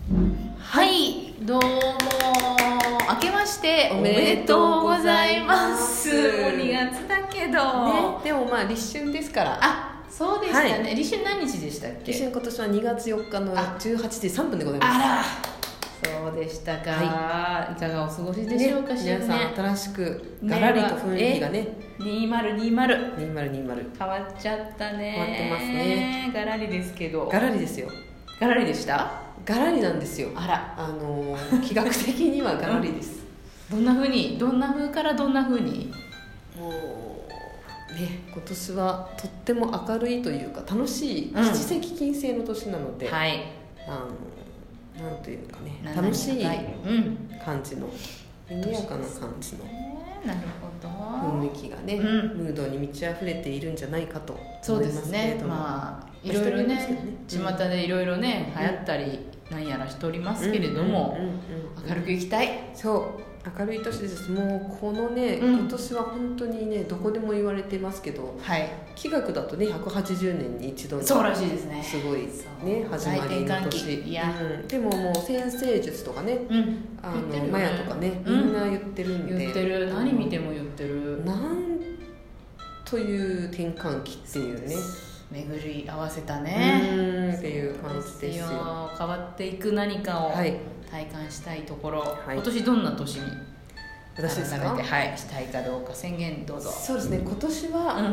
はい、どうも明けましておめでとうございます。もう2月だけど、 ね、でもまあ立春ですから。 あ、そうでしたね、はい、立春何日でしたっけ？ 立春今年は2月4日の18時3分でございます。 あら、そうでしたか、はい、いかがお過ごしでしょうか、ね、 皆さん新しくガラリと雰囲気がね、 2020変わっちゃったね。 変わってますね。 ガラリですけど。 ガラリですよ。 ガラリでした？ ガラリなんですよ。 あら、 気学的にはガラリです。 どんな風からどんな風に？ もうね、今年はとっても明るいというか楽しい七石金星の年なので、 はい、 なんというかね、楽しい感じの、賑やかな感じのなるほど雰囲気がね、ムードに満ち溢れているんじゃないかと思いますけれども、 まあいろいろね、巷でいろいろね流行ったりなんやらしておりますけれども、明るくいきたい。 そう明るい年です。もうこのね、今年は本当にねどこでも言われてますけど、はい、気学だとね180年に一度のそうらしいですね。 すごいね始まりの年。でももう占星術とかね、マヤとかね、みんな言ってるんで、 言ってる、何見ても言ってる。 なんという転換期っていうね、 巡り合わせたねっていう感じですよ。 変わっていく何かを体感したいところ、今年どんな年に私ですか？ したいかどうか宣言どうぞ。 そうですね、今年は、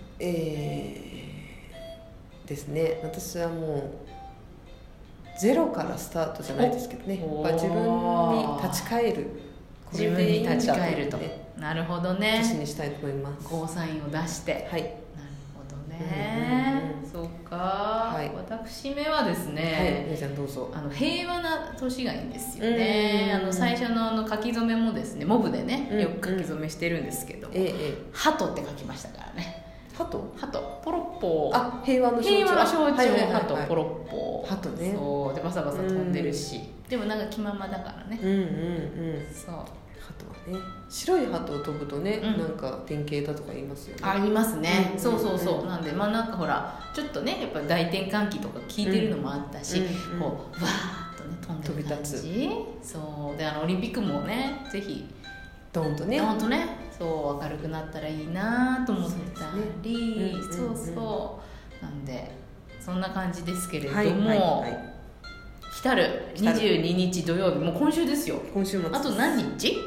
ですね、私はもうゼロからスタートじゃないですけどね、自分に立ち返る、 自分に立ち返ると、なるほどね、 年にしたいと思います。 ゴーサインを出して、はい、なるほどね、そうか、私めはですね、 姉ちゃんどうぞ。 平和な年がいいんですよね。最初の書き初めもですね、モブでねよく書き初めしてるんですけども、鳩って書きましたからね。鳩ポロッポー、平和の象徴、鳩ポロッポー、鳩ね、そうでバサバサ飛んでるし、でもなんか気ままだからね。そう、鳩はね、白い鳩を飛ぶとね、なんか典型だとか言いますよね。 ありますね。そうなんで、まあなんかほらちょっとねやっぱ大転換期とか聞いてるのもあったし、こうわーっとね飛んでる感じ。そうで、オリンピックもねぜひドーンとねそう明るくなったらいいなと思ったり、そうなんでそんな感じですけれども、来たる22日土曜日、もう今週ですよ。 今週末。 あと何日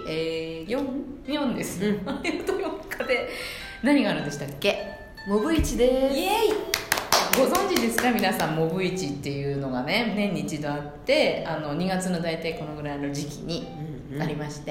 ？4ですよ。4日で何があるんでしたっけ？ モブ市です。 イエーイ。ご存知ですか皆さん？モブ市っていうのがね年に一度あって、2月の大体このぐらいの時期にありまして、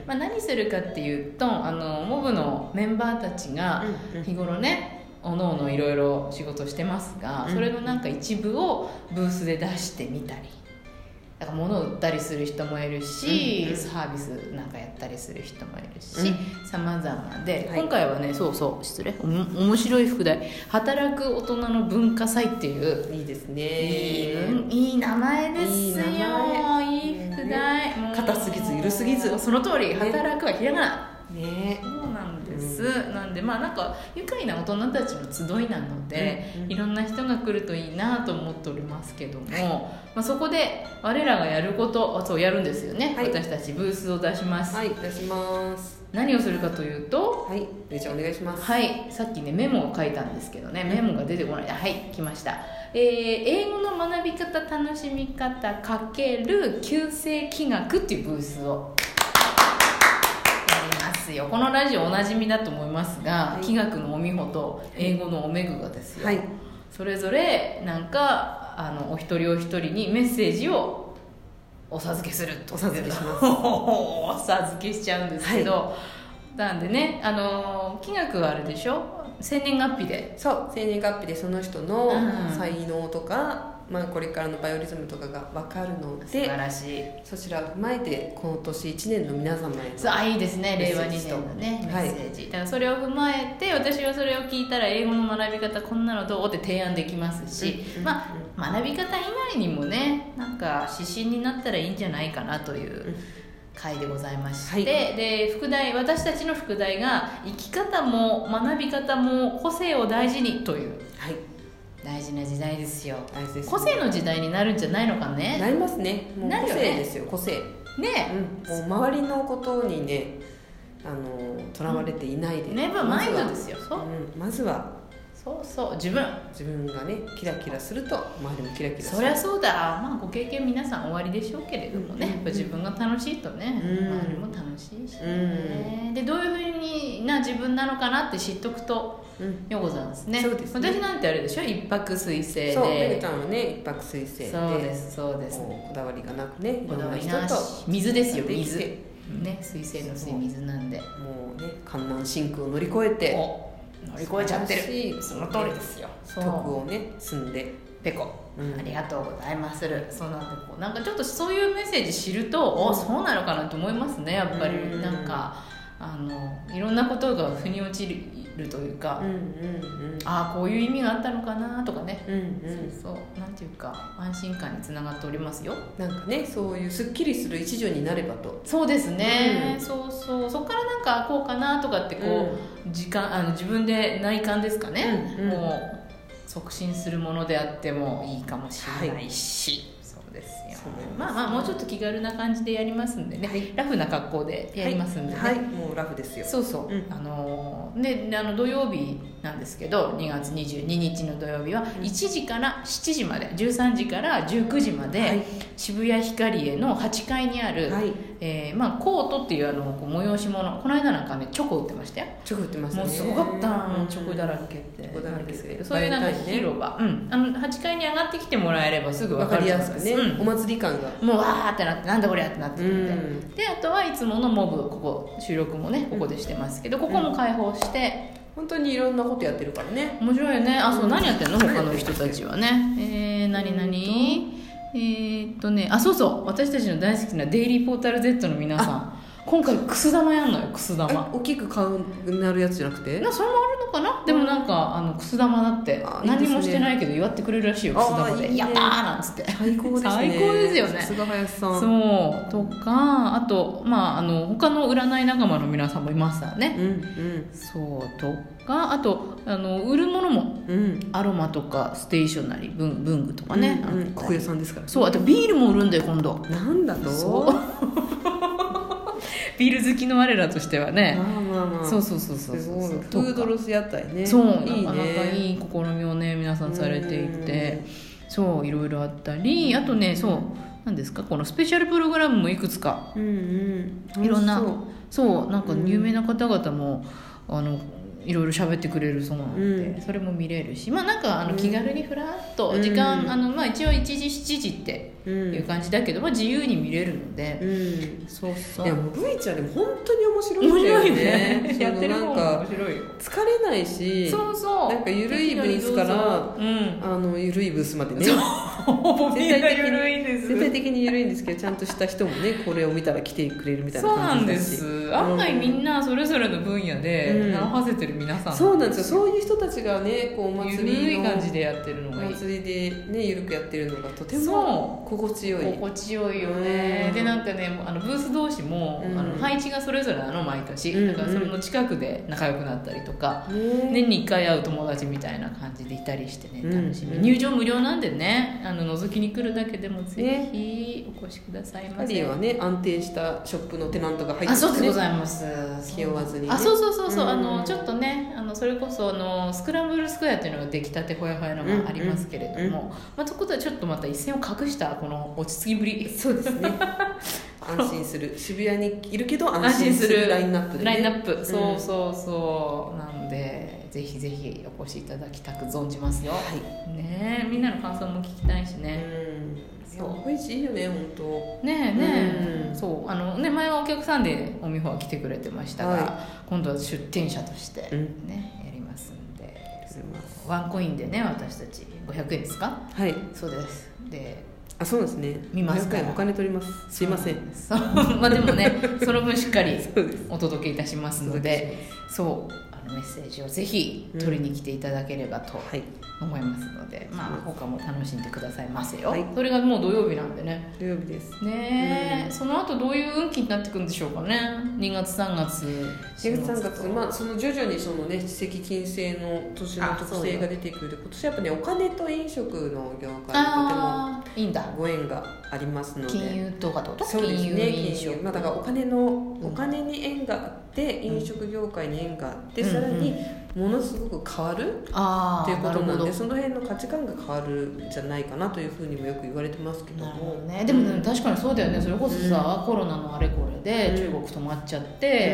何するかっていうと、モブのメンバーたちが日頃ねおのおのいろいろ仕事してますが、それのなんか一部をブースで出してみたり、だから物を売ったりする人もいるし、サービスなんかやったりする人もいるし、様々で、今回はね、失礼、面白い副題、働く大人の文化祭っていう、 いいですね、 いい名前ですよ。いい副題、 硬すぎず緩すぎず、 その通り、働くはひらがなね、 そうなんです、なんでなんか愉快な大人たちの集いなので、いろんな人が来るといいなと思っておりますけども、そこで我らがやることそうやるんですよね、私たちブースを出します。 出します。 何をするかというと、 じゃあお願いします。 さっきねメモを書いたんですけどね、メモが出てこない。来ました。英語の学び方楽しみ方×旧世気学っていうブースをこのラジオおなじみだと思いますが、気学のおみほと英語のおめぐがですよ、それぞれなんかお一人お一人にメッセージをお授けすると、 お授けしますお授けしちゃうんですけど、なんでね気学はあれでしょ、生年月日で、 生年月日でその人の才能とか、これからのバイオリズムとかが分かるので、 素晴らしい。 そちらを踏まえて今年1年の皆様へいいですね、令和2年のねメッセージ、だからそれを踏まえて、私はそれを聞いたら英語の学び方こんなのどうって提案できますし、学び方以外にもねなんか指針になったらいいんじゃないかなという回でございまして、で副題、私たちの副題が生き方も学び方も個性を大事にという大事な時代ですよ。 大事ですね。 個性の時代になるんじゃないのかね。 なりますね。もう個性ですよ、個性ね。 もう周りのことにねとらわれていないで、 ネバーマインドですよ。 まずはそう自分がねキラキラすると周りもキラキラする。 そりゃそうだ。まあご経験皆さん終わりでしょうけれどもね、やっぱ自分が楽しいとね、周りも楽しいしね、でどういうふうな自分なのかなって知っとくとようございますね。 そうですね。 私なんてあれでしょ、一泊水星で。 そう、めぐちゃんはね一泊水星で、 そうですこだわりがなくね、 こだわりなし、水ですよ、水ね、水星の水、水なんで、 もうね艱難辛苦を乗り越えて乗り越えちゃってる。その通りですよ。 徳をね積んでペコ、ありがとうございます。そうなんでなんかちょっとそういうメッセージ知ると、そうなのかなと思いますね。やっぱりなんかいろんなことが腑に落ちるというか、こういう意味があったのかなとかね、そうなんていうか安心感につながっておりますよ。 なんかね、そういうすっきりする一助になればと。 そうですね、そこからなんかこうかなとかってこう、自分で内観ですかね、もう促進するものであってもいいかもしれないし、そうですよ。まあもうちょっと気軽な感じでやりますんでね、ラフな格好でやりますんでね、 もうラフですよ。 そう、で土曜日なんですけど、2月22日の土曜日は1時から7時まで、13時から19時まで、渋谷ヒカリエの8階にある、コートっていう催し物、この間なんかねチョコ売ってましたよ。 チョコ売ってましたね。 もうすごかった、チョコだらけってそういうなんか広場、8階に上がってきてもらえればすぐ分かるじゃないですか。 お祭り感がもうわーってなって、なんだこれやってなってくるんで、あとはいつものモブ、ここ収録もねここでしてますけど、ここも開放して、 本当にいろんなことやってるからね。 面白いよね。そう何やってんの他の人たちはね。そう私たちの大好きなデイリーポータル Z の皆さん、今回くす玉やんのよ。くす玉大きくなるやつじゃなくて、 それもあるのかな。でもなんかくす玉だって何もしてないけど祝ってくれるらしいよ。くす玉でやったーなんつって最高ですね。 最高ですよね。 菅林さん。 そうとか、あと他の占い仲間の皆さんもいますからね。そうとか、あと売るものも、アロマとかステーショナリー、文具とかね、 国屋さんですから。 そう、あとビールも売るんだよ今度。 なんだと。 ビール好きの我らとしてはね、そうフードロス屋台ね。 そう、なかなかいい試みをね皆さんされていて、そういろいろあったり、あとね、そうなんですか、このスペシャルプログラムもいくつか、いろんな、そうなんか有名な方々もいろいろ喋ってくれるそうなので、それも見れるし、なんか気軽にふらっと時間、一応1時7時っていう感じだけど、自由に見れるので、 いやもう V ちゃんでも本当に面白いんだよね。 やってる方も面白いよ。 疲れないし、なんか緩いブースから緩いブースまでね、絶対的に緩いんですけど、ちゃんとした人もねこれを見たら来てくれるみたいな感じだし、 そうなんです。案外みんなそれぞれの分野で名を馳せてる皆さん、 そうなんですよ。そういう人たちがね、こうお祭りの緩い感じでやってるのがいい。 お祭りでね緩くやってるのがとても心地よいよね。でなんかね、ブース同士も配置がそれぞれなの毎年、だからそれの近くで仲良くなったりとか、年に1回会う友達みたいな感じでいたりしてね、楽しみ。入場無料なんでね、覗きに来るだけでもぜひお越しくださいませ。 ハリーはね安定したショップのテナントが入ってますね。 そうでございます。 気負わずにね。 そうちょっとねそれこそスクランブルスクエアっていうのが出来たてほやほやのがありますけれども、そこではちょっとまた一線を隠したこの落ち着きぶり。 そうですね。安心する、渋谷にいるけど安心するラインナップでね。 ラインナップ、そうなんでぜひぜひお越しいただきたく存じますよ。ね、みんなの感想も聞きたいしね。 美味しいよね、本当。 そう前はお客さんでおみほは来てくれてましたが、今度は出店者としてね、やりますんで、ワンコインでね、私たち500円ですか。はい、そうです。でそうですね、 見ますからお金取ります。すいません。 でもねその分しっかりお届けいたしますので、そうメッセージをぜひ取りに来ていただければと思いますので、他も楽しんでくださいませよ、それがもう土曜日なんでね。 土曜日ですね、その後どういう運気になっていくんでしょうかね。2月3月 2月3月、その徐々にそのね地石金星の年の特性が出てくるで、今年やっぱねお金と飲食の業界にとてもいいんだご縁がありますので、 金融とかとそうですね、 金融、 だからお金に縁があって飲食業界に縁があって、さらにものすごく変わるっていうことなんで、その辺の価値観が変わるんじゃないかなというふうにもよく言われてますけども、 でも、確かにそうだよね。それこそさ、コロナのあれこれで中国止まっちゃって、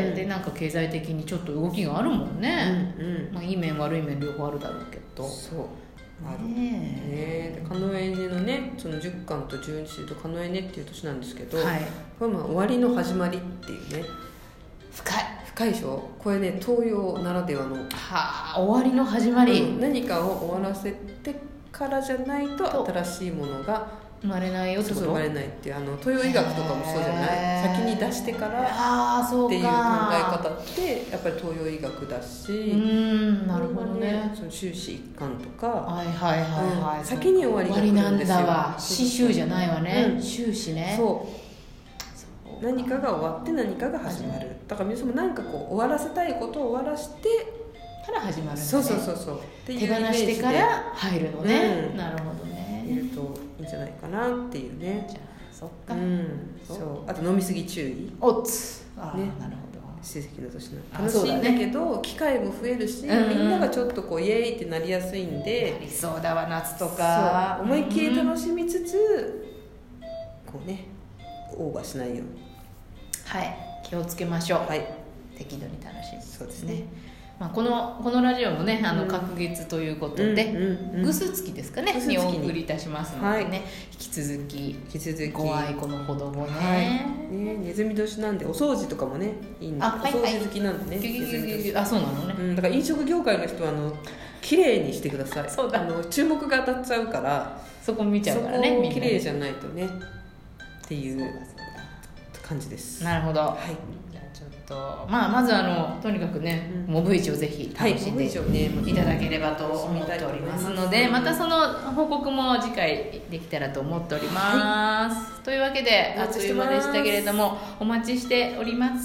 でなんか経済的にちょっと動きがあるもんね、いい面悪い面両方あるだろうけど、 そうあるね。カノエネのね、その10巻と12週とカノエネっていう年なんですけど、これ終わりの始まりっていうね、深いでしょ。これね東洋ならではの終わりの始まり、 何かを終わらせてからじゃないと新しいものが生まれないよってこと。 生まれないっていう東洋医学とかもそうじゃない。先に出してからっていう考え方ってやっぱり東洋医学だし、 なるほどね。 その終始一貫とか、 先に終わりが来るんですよ。 なんだわ、死終じゃないわね、終始ね。 そう何かが終わって何かが始まる。だから皆さんも何かこう終わらせたいことを終わらしてから始まるんだね。 そう手放してから入るのね、なるほどね。 いるといいんじゃないかなっていうね。 じゃあそっか、 そう。あと飲みすぎ注意。 おつなるほど。 成績の年の楽しいんだけど、機会も増えるし、みんながちょっとこうイエーイってなりやすいんで、 ありそうだわ、夏とか思いっきり楽しみつつ、こうねオーバーしないように気をつけましょう。適度に楽しむ。 そうですね。 このラジオもね隔月ということで、ぐす月ですかねにお送りいたしますのでね、引き続きご愛顧のほどもね。 ネズミ年なんでお掃除とかもねいいんで、お掃除好きなんでね。 そうなのね。 だから飲食業界の人は綺麗にしてください。 そうだ。 注目が当たっちゃうからそこ見ちゃうからね。 そこ綺麗じゃないとねっていう感じです。 なるほど。じゃあちょっとまずとにかくね、モブ市をぜひ楽しんでいただければと思っておりますので、またその報告も次回できたらと思っております。というわけであっという間でしたけれども、お待ちしております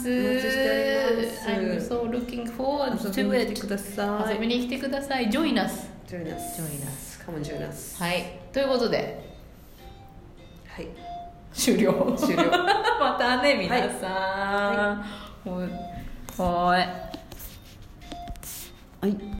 。I'm so looking forward to it. 遊びに来てください。Join us. Come on, join us. ということで終了またね皆さん。はい。